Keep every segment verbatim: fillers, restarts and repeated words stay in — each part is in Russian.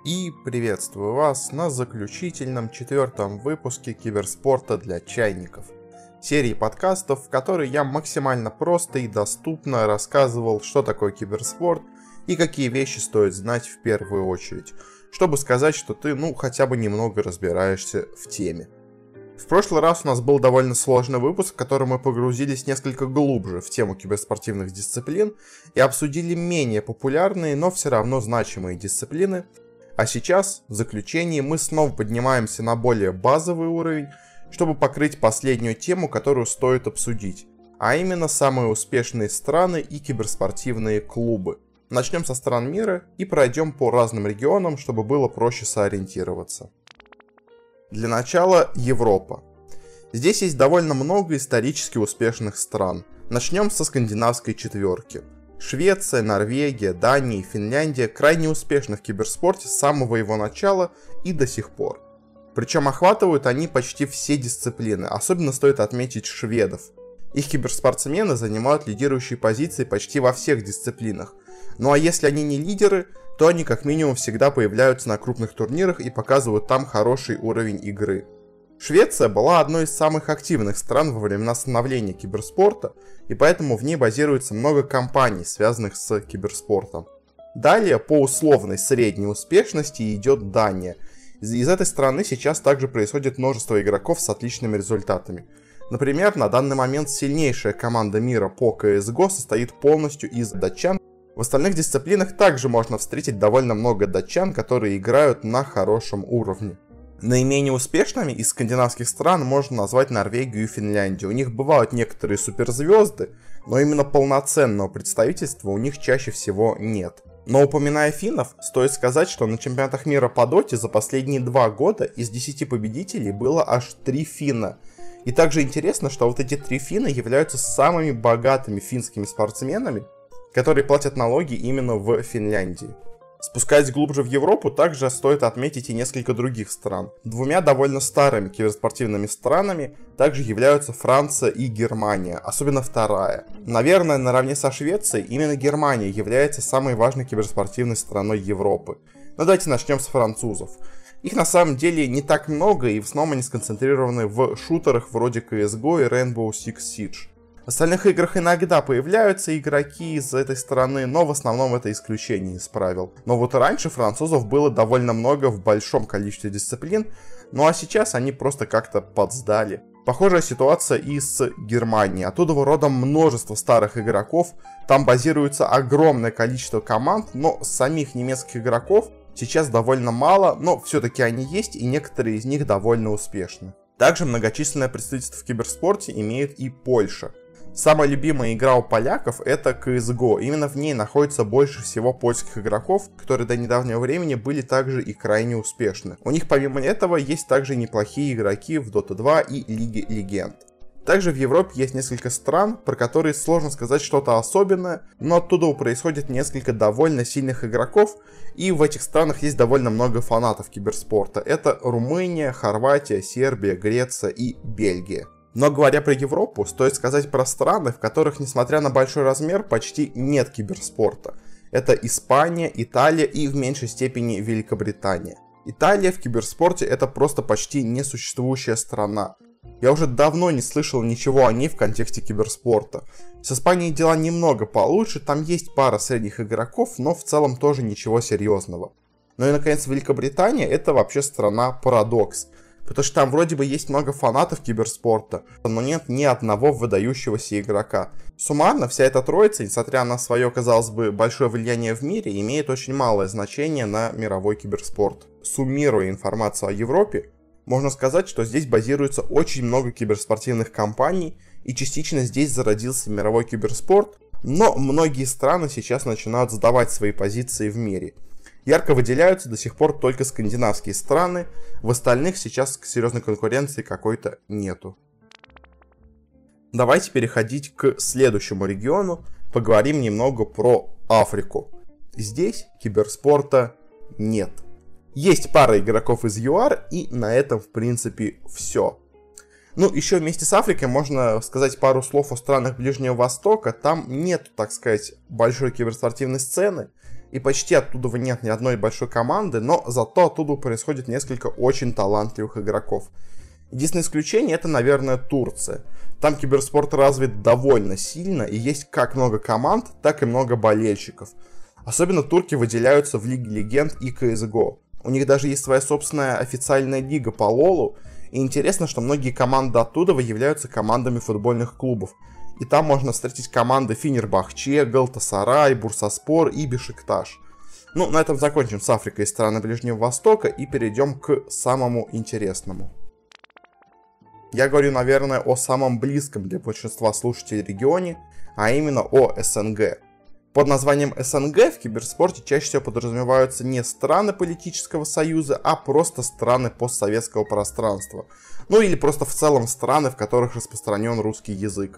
И приветствую вас на заключительном четвертом выпуске киберспорта для чайников. Серии подкастов, в которой я максимально просто и доступно рассказывал, что такое киберспорт и какие вещи стоит знать в первую очередь, чтобы сказать, что ты, ну, хотя бы немного разбираешься в теме. В прошлый раз у нас был довольно сложный выпуск, в котором мы погрузились несколько глубже в тему киберспортивных дисциплин и обсудили менее популярные, но все равно значимые дисциплины. А сейчас, в заключении, мы снова поднимаемся на более базовый уровень, чтобы покрыть последнюю тему, которую стоит обсудить, а именно самые успешные страны и киберспортивные клубы. Начнем со стран мира и пройдем по разным регионам, чтобы было проще сориентироваться. Для начала Европа. Здесь есть довольно много исторически успешных стран. Начнем со скандинавской четверки. Швеция, Норвегия, Дания и Финляндия крайне успешны в киберспорте с самого его начала и до сих пор. Причем охватывают они почти все дисциплины, особенно стоит отметить шведов. Их киберспортсмены занимают лидирующие позиции почти во всех дисциплинах. Ну а если они не лидеры, то они как минимум всегда появляются на крупных турнирах и показывают там хороший уровень игры. Швеция была одной из самых активных стран во времена становления киберспорта, и поэтому в ней базируется много компаний, связанных с киберспортом. Далее, по условной средней успешности идет Дания. Из этой страны сейчас также происходит множество игроков с отличными результатами. Например, на данный момент сильнейшая команда мира по си эс го состоит полностью из датчан. В остальных дисциплинах также можно встретить довольно много датчан, которые играют на хорошем уровне. Наименее успешными из скандинавских стран можно назвать Норвегию и Финляндию. У них бывают некоторые суперзвезды, но именно полноценного представительства у них чаще всего нет. Но упоминая финнов, стоит сказать, что на чемпионатах мира по доте за последние два года из десяти победителей было аж три финна. И также интересно, что вот эти три финна являются самыми богатыми финскими спортсменами, которые платят налоги именно в Финляндии. Спускаясь глубже в Европу, также стоит отметить и несколько других стран. Двумя довольно старыми киберспортивными странами также являются Франция и Германия, особенно вторая. Наверное, наравне со Швецией, именно Германия является самой важной киберспортивной страной Европы. Но давайте начнем с французов. Их на самом деле не так много, и в основном они сконцентрированы в шутерах вроде си эс го и Rainbow Six Siege. В остальных играх иногда появляются игроки из этой страны, но в основном это исключение из правил. Но вот раньше французов было довольно много в большом количестве дисциплин, ну а сейчас они просто как-то подсдали. Похожая ситуация и с Германией. Оттуда родом множество старых игроков, там базируется огромное количество команд, но самих немецких игроков сейчас довольно мало, но все-таки они есть, и некоторые из них довольно успешны. Также многочисленное представительство в киберспорте имеет и Польша. Самая любимая игра у поляков — это си эс го. Именно в ней находится больше всего польских игроков, которые до недавнего времени были также и крайне успешны. У них помимо этого есть также неплохие игроки в дота два и Лиге Легенд. Также в Европе есть несколько стран, про которые сложно сказать что-то особенное, но оттуда происходит несколько довольно сильных игроков, и в этих странах есть довольно много фанатов киберспорта. Это Румыния, Хорватия, Сербия, Греция и Бельгия. Но говоря про Европу, стоит сказать про страны, в которых, несмотря на большой размер, почти нет киберспорта. Это Испания, Италия и в меньшей степени Великобритания. Италия в киберспорте — это просто почти несуществующая страна. Я уже давно не слышал ничего о ней в контексте киберспорта. С Испанией дела немного получше, там есть пара средних игроков, но в целом тоже ничего серьезного. Ну и наконец Великобритания — это вообще страна-парадокс. Потому что там вроде бы есть много фанатов киберспорта, но нет ни одного выдающегося игрока. Суммарно вся эта троица, несмотря на свое, казалось бы, большое влияние в мире, имеет очень малое значение на мировой киберспорт. Суммируя информацию о Европе, можно сказать, что здесь базируется очень много киберспортивных компаний, и частично здесь зародился мировой киберспорт, но многие страны сейчас начинают сдавать свои позиции в мире. Ярко выделяются до сих пор только скандинавские страны, в остальных сейчас серьезной конкуренции какой-то нету. Давайте переходить к следующему региону, поговорим немного про Африку. Здесь киберспорта нет. Есть пара игроков из ЮАР, и на этом в принципе все. Ну, еще вместе с Африкой можно сказать пару слов о странах Ближнего Востока. Там нет, так сказать, большой киберспортивной сцены. и почти оттуда нет ни одной большой команды, но зато оттуда происходит несколько очень талантливых игроков. Единственное исключение — это, наверное, Турция. Там киберспорт развит довольно сильно, и есть как много команд, так и много болельщиков. Особенно турки выделяются в Лиге Легенд и си эс го. У них даже есть своя собственная официальная лига по лолу, и интересно, что многие команды оттуда являются командами футбольных клубов. И там можно встретить команды Фенербахче, Галтасарай, Бурсаспор и Бешикташ. Ну, на этом закончим с Африкой и страны Ближнего Востока и перейдем к самому интересному. Я говорю, наверное, о самом близком для большинства слушателей регионе, а именно о эс эн гэ. Под названием эс эн гэ в киберспорте чаще всего подразумеваются не страны политического союза, а просто страны постсоветского пространства. Ну или просто в целом страны, в которых распространен русский язык.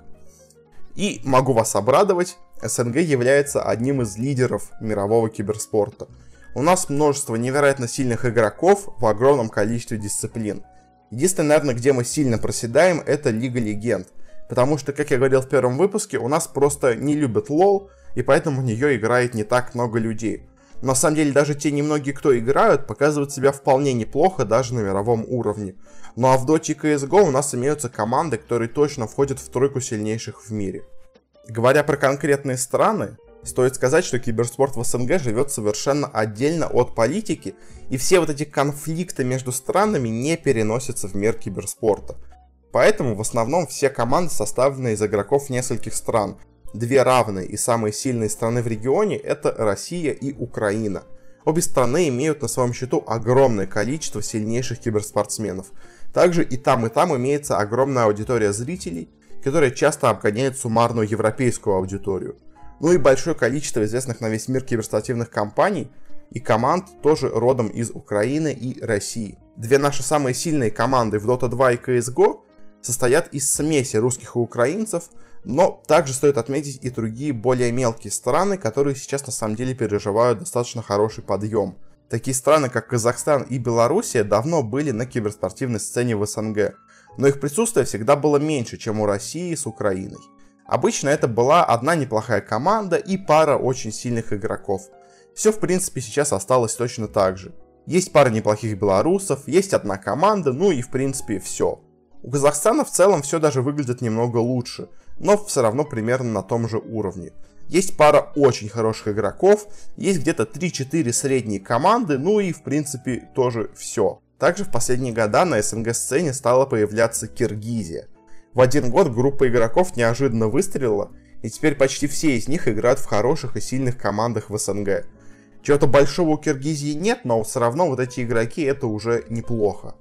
И могу вас обрадовать, эс эн гэ является одним из лидеров мирового киберспорта. У нас множество невероятно сильных игроков в огромном количестве дисциплин. Единственное, наверное, где мы сильно проседаем, это Лига Легенд. Потому что, как я говорил в первом выпуске, у нас просто не любят лол, и поэтому в нее играет не так много людей. Но на самом деле даже те немногие, кто играют, показывают себя вполне неплохо даже на мировом уровне. Ну а в Dota и си эс го у нас имеются команды, которые точно входят в тройку сильнейших в мире. Говоря про конкретные страны, стоит сказать, что киберспорт в эс эн гэ живет совершенно отдельно от политики, и все вот эти конфликты между странами не переносятся в мир киберспорта. Поэтому в основном все команды составлены из игроков нескольких стран. Две равные и самые сильные страны в регионе — это Россия и Украина. Обе страны имеют на своем счету огромное количество сильнейших киберспортсменов. Также и там, и там имеется огромная аудитория зрителей, которая часто обгоняет суммарную европейскую аудиторию. Ну и большое количество известных на весь мир киберспортивных компаний и команд тоже родом из Украины и России. Две наши самые сильные команды в Дота два и си эс го состоят из смеси русских и украинцев, но также стоит отметить и другие более мелкие страны, которые сейчас на самом деле переживают достаточно хороший подъем. Такие страны, как Казахстан и Белоруссия, давно были на киберспортивной сцене в эс эн гэ, но их присутствие всегда было меньше, чем у России с Украиной. Обычно это была одна неплохая команда и пара очень сильных игроков. Все в принципе сейчас осталось точно так же. Есть пара неплохих белорусов, есть одна команда, ну и в принципе все. У Казахстана в целом все даже выглядит немного лучше, но все равно примерно на том же уровне. Есть пара очень хороших игроков, есть где-то три-четыре средние команды, ну и в принципе тоже все. Также в последние года на эс эн гэ сцене стала появляться Киргизия. В один год группа игроков неожиданно выстрелила, и теперь почти все из них играют в хороших и сильных командах в эс эн гэ. Чего-то большого у Киргизии нет, но все равно вот эти игроки — это уже неплохо.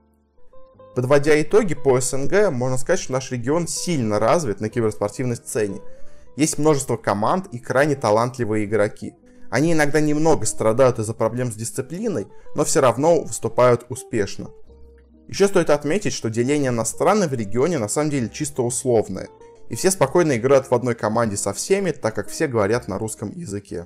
Подводя итоги по эс эн гэ, можно сказать, что наш регион сильно развит на киберспортивной сцене. Есть множество команд и крайне талантливые игроки. Они иногда немного страдают из-за проблем с дисциплиной, но все равно выступают успешно. Еще стоит отметить, что деление на страны в регионе на самом деле чисто условное, и все спокойно играют в одной команде со всеми, так как все говорят на русском языке.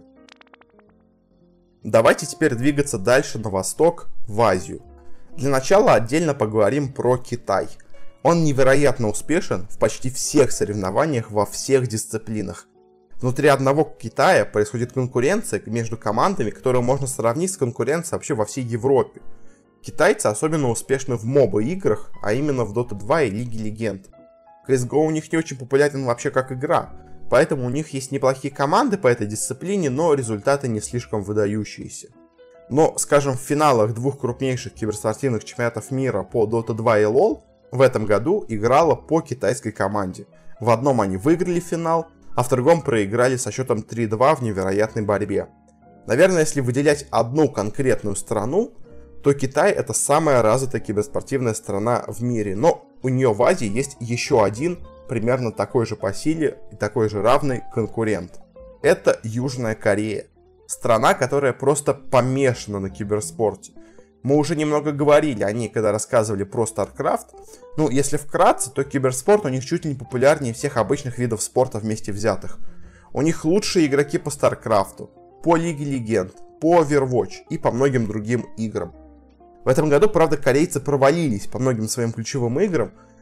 Давайте теперь двигаться дальше на восток, в Азию. Для начала отдельно поговорим про Китай. Он невероятно успешен в почти всех соревнованиях во всех дисциплинах. Внутри одного Китая происходит конкуренция между командами, которую можно сравнить с конкуренцией вообще во всей Европе. Китайцы особенно успешны в моба-играх, а именно в Дота два и Лиге Легенд. си эс го у них не очень популярен вообще как игра, поэтому у них есть неплохие команды по этой дисциплине, но результаты не слишком выдающиеся. Но, скажем, в финалах двух крупнейших киберспортивных чемпионатов мира по Дота два и лол в этом году играла по китайской команде. В одном они выиграли финал, а в другом проиграли со счетом три-два в невероятной борьбе. Наверное, если выделять одну конкретную страну, то Китай — это самая развитая киберспортивная страна в мире, но у нее в Азии есть еще один, примерно такой же по силе и такой же равный конкурент. Это Южная Корея. Страна, которая просто помешана на киберспорте. Мы уже немного говорили о ней, когда рассказывали про StarCraft. Ну, если вкратце, то киберспорт у них чуть ли не популярнее всех обычных видов спорта вместе взятых. У них лучшие игроки по StarCraft, по Лиге Легенд, по Overwatch и по многим другим играм. В этом году, правда, корейцы провалились по многим своим ключевым играм,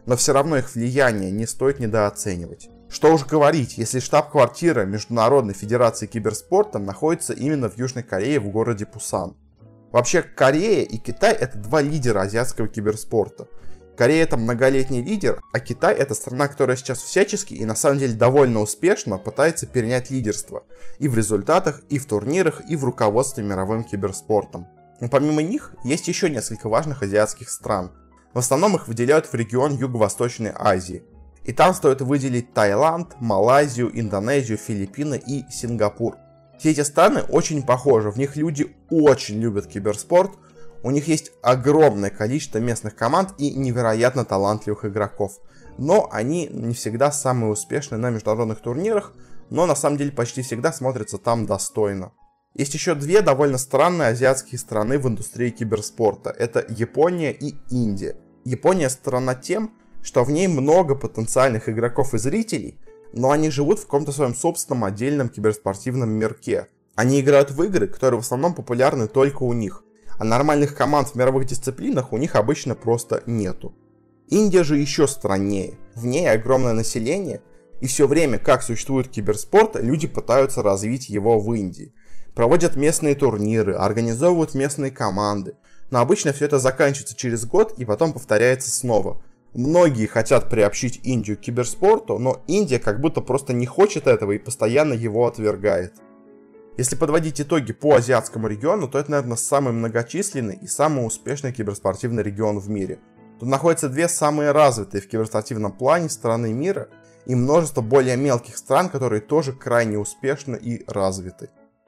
но все равно их влияние не стоит недооценивать. Что уж говорить, если штаб-квартира Международной Федерации Киберспорта находится именно в Южной Корее в городе Пусан. Вообще, Корея и Китай — это два лидера азиатского киберспорта. Корея — это многолетний лидер, а Китай — это страна, которая сейчас всячески и на самом деле довольно успешно пытается перенять лидерство и в результатах, и в турнирах, и в руководстве мировым киберспортом. Но помимо них есть еще несколько важных азиатских стран. В основном их выделяют в регион Юго-Восточной Азии. И там стоит выделить Таиланд, Малайзию, Индонезию, Филиппины и Сингапур. Все эти страны очень похожи, в них люди очень любят киберспорт, у них есть огромное количество местных команд и невероятно талантливых игроков. Но они не всегда самые успешные на международных турнирах, но на самом деле почти всегда смотрятся там достойно. Есть еще две довольно странные азиатские страны в индустрии киберспорта. Это Япония и Индия. Япония страна тем, что в ней много потенциальных игроков и зрителей, но они живут в каком-то своем собственном отдельном киберспортивном мирке. Они играют в игры, которые в основном популярны только у них, а нормальных команд в мировых дисциплинах у них обычно просто нету. Индия же еще страннее. В ней огромное население, и все время, как существует киберспорт, люди пытаются развить его в Индии. Проводят местные турниры, организовывают местные команды, но обычно все это заканчивается через год и потом повторяется снова. Многие хотят приобщить Индию к киберспорту, но Индия как будто просто не хочет этого и постоянно его отвергает. Если подводить итоги по азиатскому региону, то это, наверное, самый многочисленный и самый успешный киберспортивный регион в мире. Тут находятся две самые развитые в киберспортивном плане страны мира и множество более мелких стран, которые тоже крайне успешны и развиты.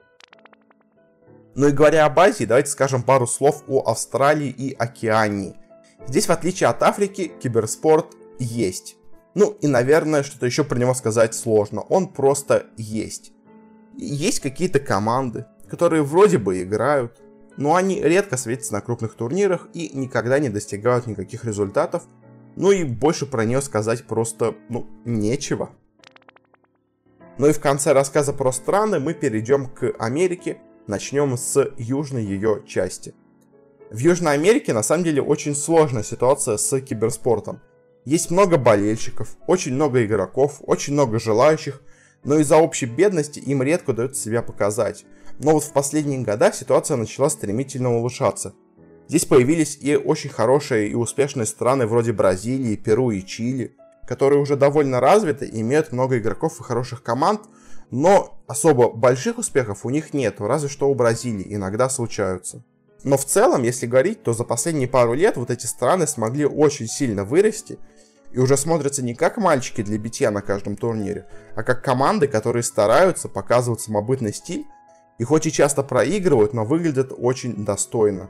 Ну и говоря об Азии, давайте скажем пару слов о Австралии и Океании. Здесь, в отличие от Африки, киберспорт есть. Ну и, наверное, что-то еще про него сказать сложно. Он просто есть. Есть какие-то команды, которые вроде бы играют, но они редко светятся на крупных турнирах и никогда не достигают никаких результатов. Ну и больше про нее сказать просто, ну, нечего. Ну и в конце рассказа про страны мы перейдем к Америке. Начнем с южной ее части. В Южной Америке на самом деле очень сложная ситуация с киберспортом. Есть много болельщиков, очень много игроков, очень много желающих, но из-за общей бедности им редко удается себя показать. Но вот в последние годы ситуация начала стремительно улучшаться. Здесь появились и очень хорошие и успешные страны вроде Бразилии, Перу и Чили, которые уже довольно развиты, имеют много игроков и хороших команд, но особо больших успехов у них нет, разве что у Бразилии иногда случаются. Но в целом, если говорить, то за последние пару лет вот эти страны смогли очень сильно вырасти и уже смотрятся не как мальчики для битья на каждом турнире, а как команды, которые стараются, показывать самобытный стиль и хоть и часто проигрывают, но выглядят очень достойно.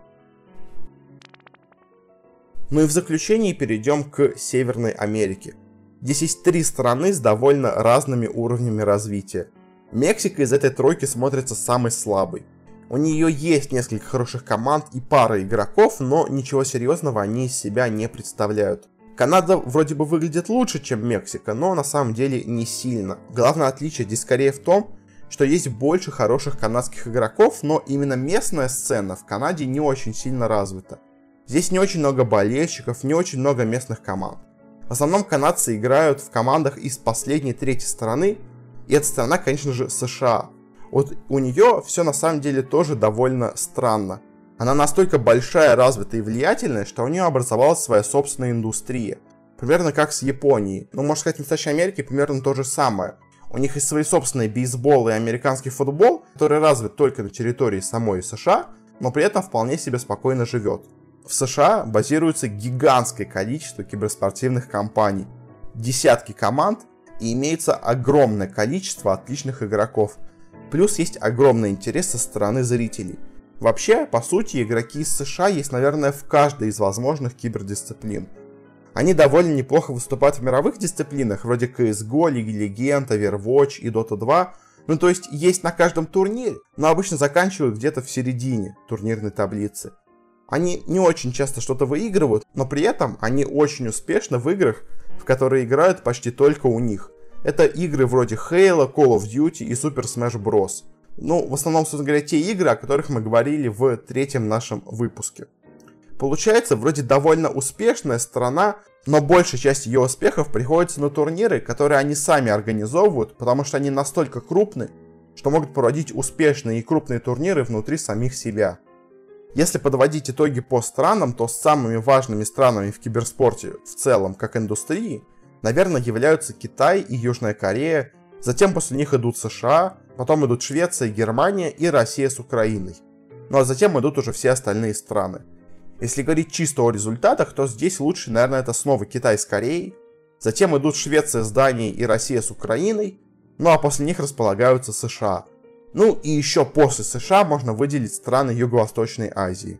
Ну и в заключение перейдем к Северной Америке. Здесь есть три страны с довольно разными уровнями развития. Мексика из этой тройки смотрится самой слабой. У нее есть несколько хороших команд и пара игроков, но ничего серьезного они из себя не представляют. Канада вроде бы выглядит лучше, чем Мексика, но на самом деле не сильно. Главное отличие здесь скорее в том, что есть больше хороших канадских игроков, но именно местная сцена в Канаде не очень сильно развита. Здесь не очень много болельщиков, не очень много местных команд. В основном канадцы играют в командах из последней третьей страны, и эта страна, конечно же, США. Вот у нее все на самом деле тоже довольно странно. Она настолько большая, развитая и влиятельная, что у нее образовалась своя собственная индустрия. Примерно как с Японией. Ну, можно сказать, в Настоящей Америке примерно то же самое. У них есть свои собственные бейсбол и американский футбол, который развит только на территории самой США, но при этом вполне себе спокойно живет. В США базируется гигантское количество киберспортивных компаний, десятки команд и имеется огромное количество отличных игроков. Плюс есть огромный интерес со стороны зрителей. Вообще, по сути, игроки из США есть, наверное, в каждой из возможных кибердисциплин. Они довольно неплохо выступают в мировых дисциплинах, вроде си эс го, Лиги Легенд, Overwatch и дота два. Ну, то есть, есть на каждом турнире, но обычно заканчивают где-то в середине турнирной таблицы. Они не очень часто что-то выигрывают, но при этом они очень успешны в играх, в которые играют почти только у них. Это игры вроде Halo, Call of Duty и Super Smash Bros. Ну, в основном, собственно говоря, те игры, о которых мы говорили в третьем нашем выпуске. Получается, вроде довольно успешная страна, но большая часть ее успехов приходится на турниры, которые они сами организовывают, потому что они настолько крупны, что могут проводить успешные и крупные турниры внутри самих себя. Если подводить итоги по странам, то самыми важными странами в киберспорте в целом, как индустрии, наверное, являются Китай и Южная Корея, затем после них идут США, потом идут Швеция, Германия и Россия с Украиной. Ну а затем идут уже все остальные страны. Если говорить чисто о результатах, то здесь лучше, наверное, это снова Китай с Кореей, затем идут Швеция с Данией и Россия с Украиной, ну а после них располагаются США. Ну и еще после США можно выделить страны Юго-Восточной Азии.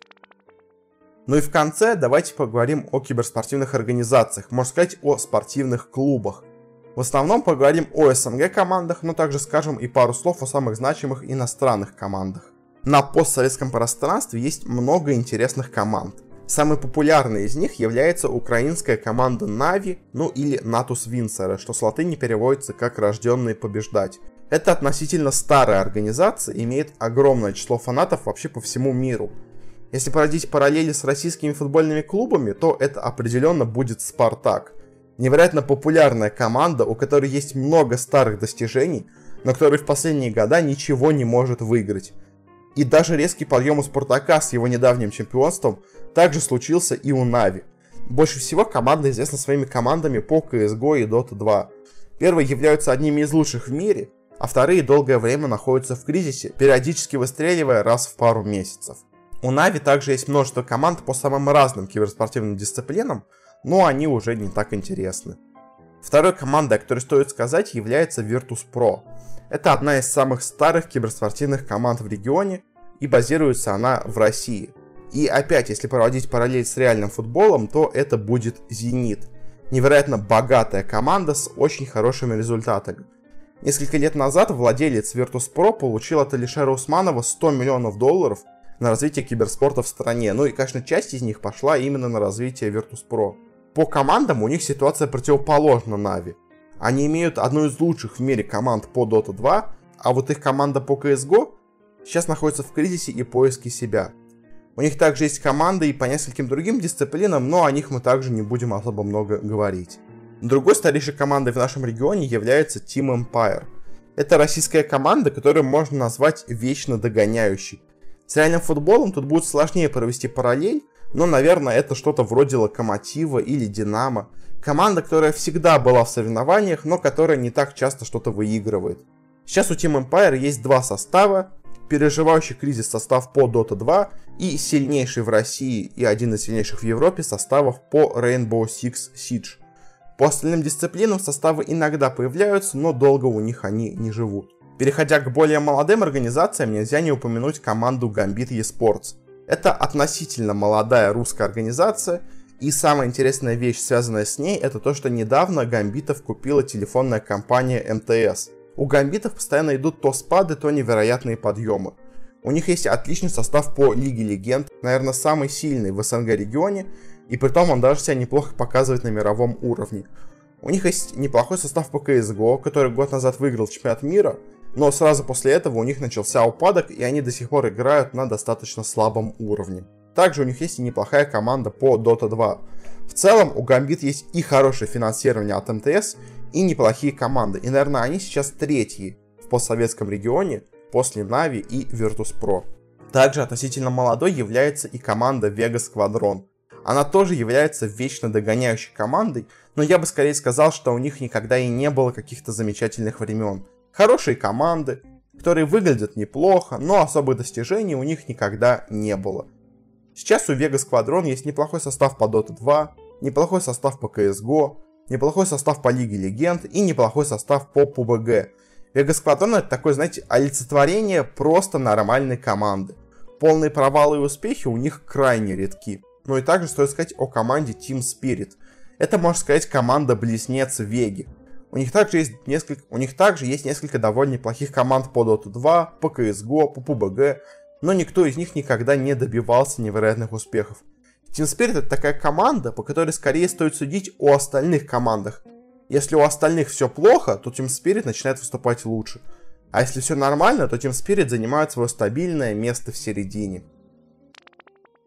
Ну и в конце давайте поговорим о киберспортивных организациях, можно сказать, о спортивных клубах. В основном поговорим о СНГ командах, но также скажем и пару слов о самых значимых иностранных командах. На постсоветском пространстве есть много интересных команд. Самой популярной из них является украинская команда Нави, ну или Натус Винцера, что с латыни переводится как «рожденные побеждать». Это относительно старая организация, имеет огромное число фанатов вообще по всему миру. Если проводить параллели с российскими футбольными клубами, то это определенно будет Спартак. Невероятно популярная команда, у которой есть много старых достижений, но которая в последние года ничего не может выиграть. И даже резкий подъем у Спартака с его недавним чемпионством также случился и у Нави. Больше всего команда известна своими командами по си эс го и дота два. Первые являются одними из лучших в мире, а вторые долгое время находятся в кризисе, периодически выстреливая раз в пару месяцев. У Нави также есть множество команд по самым разным киберспортивным дисциплинам, но они уже не так интересны. Второй командой, о которой стоит сказать, является Virtus.pro. Это одна из самых старых киберспортивных команд в регионе, и базируется она в России. И опять, если проводить параллель с реальным футболом, то это будет Зенит. Невероятно богатая команда с очень хорошими результатами. Несколько лет назад владелец Virtus.pro получил от Алишера Усманова сто миллионов долларов на развитие киберспорта в стране. Ну и, конечно, часть из них пошла именно на развитие Virtus.pro. По командам у них ситуация противоположна Нави. Они имеют одну из лучших в мире команд по дота два, а вот их команда по си эс го сейчас находится в кризисе и поиске себя. У них также есть команды и по нескольким другим дисциплинам, но о них мы также не будем особо много говорить. Другой старейшей командой в нашем регионе является Team Empire. Это российская команда, которую можно назвать вечно догоняющей. С реальным футболом тут будет сложнее провести параллель, но, наверное, это что-то вроде Локомотива или Динамо. Команда, которая всегда была в соревнованиях, но которая не так часто что-то выигрывает. Сейчас у Team Empire есть два состава, переживающий кризис состав по дота два и сильнейший в России и один из сильнейших в Европе составов по Rainbow Six Siege. По остальным дисциплинам составы иногда появляются, но долго у них они не живут. Переходя к более молодым организациям, нельзя не упомянуть команду Gambit eSports. Это относительно молодая русская организация, и самая интересная вещь, связанная с ней, это то, что недавно Гамбитов купила телефонная компания эм тэ эс. У Гамбитов постоянно идут то спады, то невероятные подъемы. У них есть отличный состав по Лиге Легенд, наверное, самый сильный в СНГ регионе, и при том он даже себя неплохо показывает на мировом уровне. У них есть неплохой состав по си эс го, который год назад выиграл чемпионат мира, но сразу после этого у них начался упадок, и они до сих пор играют на достаточно слабом уровне. Также у них есть и неплохая команда по дота два. В целом у Gambit есть и хорошее финансирование от эм тэ эс, и неплохие команды. И, наверное, они сейчас третьи в постсоветском регионе после Нави и Virtus.pro. Также относительно молодой является и команда Vega Squadron. Она тоже является вечно догоняющей командой, но я бы скорее сказал, что у них никогда и не было каких-то замечательных времен. Хорошие команды, которые выглядят неплохо, но особых достижений у них никогда не было. Сейчас у Vega Squadron есть неплохой состав по дота два, неплохой состав по си эс го, неплохой состав по Лиге Легенд и неплохой состав по пэ бэ гэ. Vega Squadron — это такое, знаете, олицетворение просто нормальной команды. Полные провалы и успехи у них крайне редки. Ну и также стоит сказать о команде Team Spirit. Это, можно сказать, команда-близнец Веги. У них также есть несколько, у них также есть несколько довольно неплохих команд по дота два, по си эс го, по пэ бэ гэ, но никто из них никогда не добивался невероятных успехов. Team Spirit — это такая команда, по которой скорее стоит судить о остальных командах. Если у остальных все плохо, то Team Spirit начинает выступать лучше. А если все нормально, то Team Spirit занимает свое стабильное место в середине.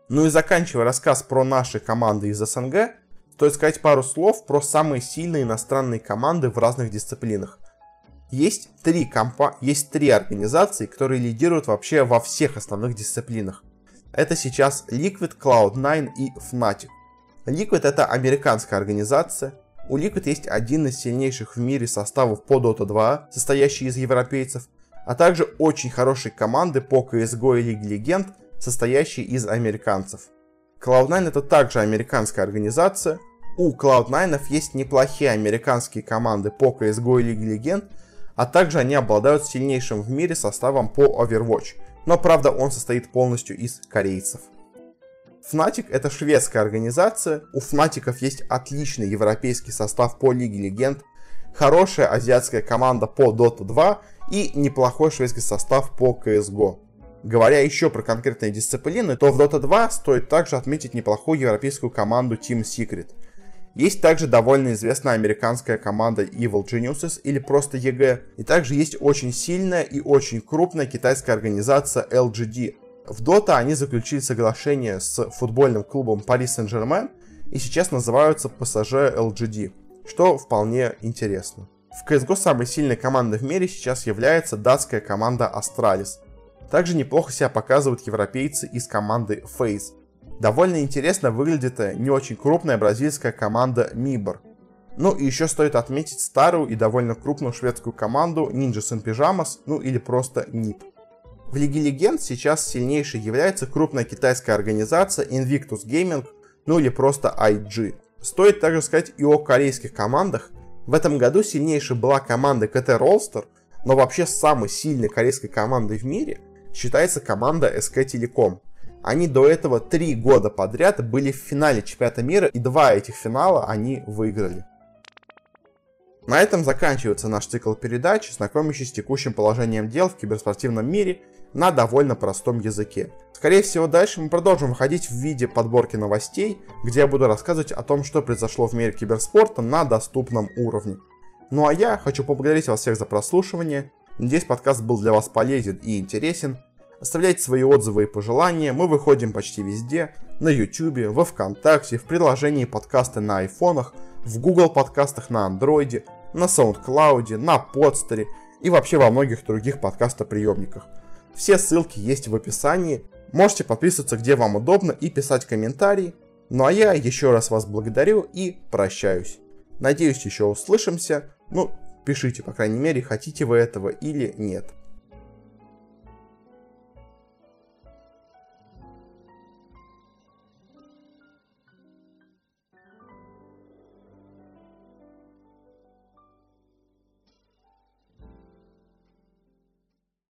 Ну и заканчивая рассказ про наши команды из СНГ, стоит сказать пару слов про самые сильные иностранные команды в разных дисциплинах. Есть три, компа... Есть три организации, которые лидируют вообще во всех основных дисциплинах. Это сейчас Liquid, клауд найн и Fnatic. Liquid — это американская организация. У Liquid есть один из сильнейших в мире составов по дота два, состоящий из европейцев, а также очень хорошие команды по си эс го и Лиге Легенд, состоящие из американцев. клауд найн — это также американская организация. У клауд найн есть неплохие американские команды по си эс го и Лиге Легенд, а также они обладают сильнейшим в мире составом по Overwatch, но правда он состоит полностью из корейцев. Fnatic — это шведская организация, у Fnatic'ов есть отличный европейский состав по Лиге Легенд, хорошая азиатская команда по дота два и неплохой шведский состав по си эс го. Говоря еще про конкретные дисциплины, то в дота два стоит также отметить неплохую европейскую команду Team Secret. Есть также довольно известная американская команда Evil Geniuses или просто и джи, и также есть очень сильная и очень крупная китайская организация эл джи ди. В Dota они заключили соглашение с футбольным клубом Paris Saint-Germain и сейчас называются пи эс жи эл джи ди, что вполне интересно. В си эс го самой сильной командой в мире сейчас является датская команда Astralis. Также неплохо себя показывают европейцы из команды FaZe. Довольно интересно выглядит не очень крупная бразильская команда Mibor. Ну и еще стоит отметить старую и довольно крупную шведскую команду Ninjas in Pyjamas, ну или просто нип. В Лиге Легенд сейчас сильнейшей является крупная китайская организация Invictus Gaming, ну или просто ай джи. Стоит также сказать и о корейских командах. В этом году сильнейшей была команда кей ти Rolster, но вообще самой сильной корейской командой в мире считается команда эс кей Telecom. Они до этого три года подряд были в финале чемпионата мира, и два этих финала они выиграли. На этом заканчивается наш цикл передач, знакомящий с текущим положением дел в киберспортивном мире на довольно простом языке. Скорее всего, дальше мы продолжим выходить в виде подборки новостей, где я буду рассказывать о том, что произошло в мире киберспорта на доступном уровне. Ну а я хочу поблагодарить вас всех за прослушивание. Надеюсь, подкаст был для вас полезен и интересен. Оставляйте свои отзывы и пожелания, мы выходим почти везде, на ютубе, во ВКонтакте, в приложении подкасты на айфонах, в Google подкастах на андроиде, на SoundCloud, на Подстере и вообще во многих других подкастоприемниках. Все ссылки есть в описании, можете подписываться где вам удобно и писать комментарии. Ну а я еще раз вас благодарю и прощаюсь. Надеюсь, еще услышимся, ну пишите, по крайней мере, хотите вы этого или нет.